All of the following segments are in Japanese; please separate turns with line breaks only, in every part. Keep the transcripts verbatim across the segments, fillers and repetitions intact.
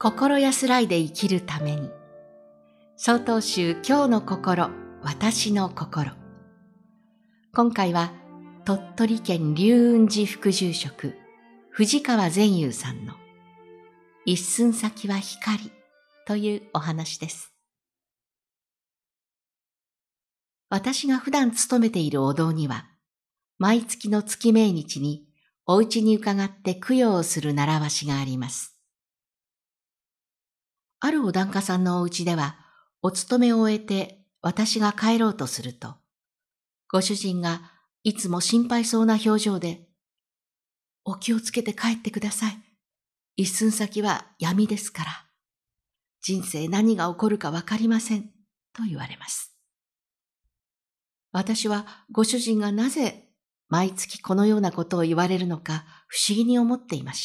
心安らいで生きるために。曹洞宗今日の心、私の心。今回は鳥取県龍雲寺副住職藤川善友さんの一寸先は光というお話です。私が普段勤めているお堂には、毎月の月命日にお家に伺って供養をする習わしがあります。あるお檀家さんのお家では、お勤めを終えて私が帰ろうとすると、ご主人がいつも心配そうな表情で、お気をつけて帰ってください。一寸先は闇ですから。人生何が起こるかわかりません。と言われます。私はご主人がなぜ毎月このようなことを言われるのか不思議に思っていました。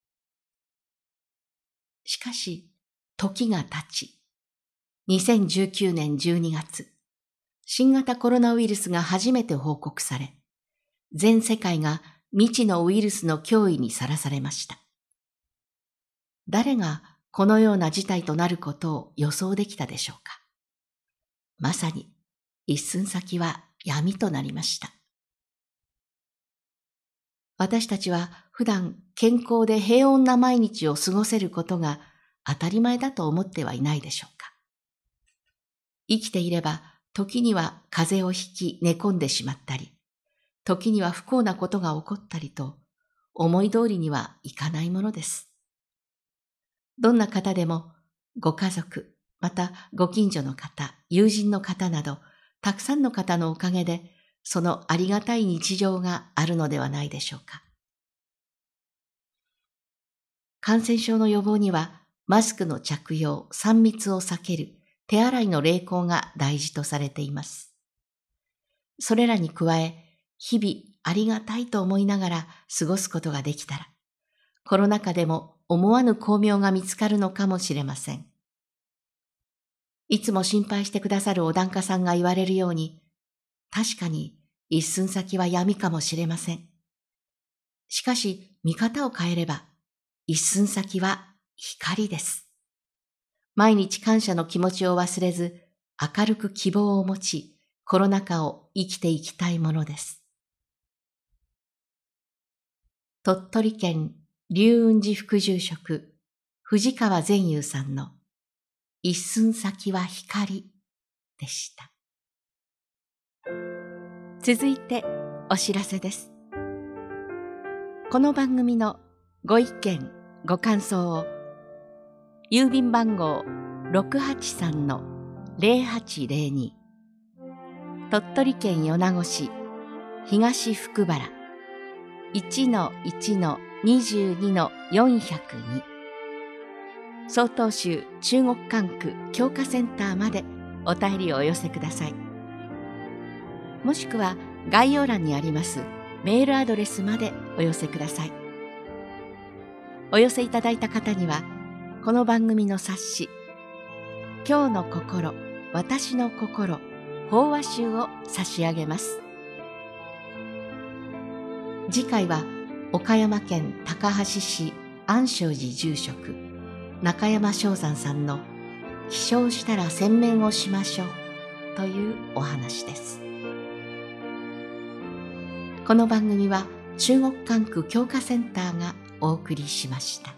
しかし、時が経ち、にせんじゅうきゅうねんじゅうにがつ、新型コロナウイルスが初めて報告され、全世界が未知のウイルスの脅威にさらされました。誰がこのような事態となることを予想できたでしょうか。まさに一寸先は闇となりました。私たちは普段健康で平穏な毎日を過ごせることが当たり前だと思ってはいないでしょうか。生きていれば時には風邪をひき寝込んでしまったり、時には不幸なことが起こったりと思い通りにはいかないものです。どんな方でもご家族、またご近所の方、友人の方などたくさんの方のおかげでそのありがたい日常があるのではないでしょうか。感染症の予防にはマスクの着用、さん密を避ける、手洗いの励行が大事とされています。それらに加え、日々ありがたいと思いながら過ごすことができたら、コロナ禍でも思わぬ光明が見つかるのかもしれません。いつも心配してくださるお檀家さんが言われるように、確かに一寸先は闇かもしれません。しかし見方を変えれば、一寸先は光です。毎日感謝の気持ちを忘れず、明るく希望を持ち、コロナ禍を生きていきたいものです。鳥取県龍雲寺副住職藤川善友さんの一寸先は光でした。続いてお知らせです。この番組のご意見、ご感想を郵便番号 ろくはちさんのぜろはちぜろに 鳥取県米子市東福原 いちのいちのにじゅうにのよんひゃくに 曹洞宗中国管区教化センターまでお便りをお寄せください。もしくは概要欄にありますメールアドレスまでお寄せください。お寄せいただいた方にはこの番組の冊子今日の心、私の心法話集を差し上げます。次回は岡山県高梁市安昌寺住職中山正山さんの起床したら洗面をしましょうというお話です。この番組は中国管区教化センターがお送りしました。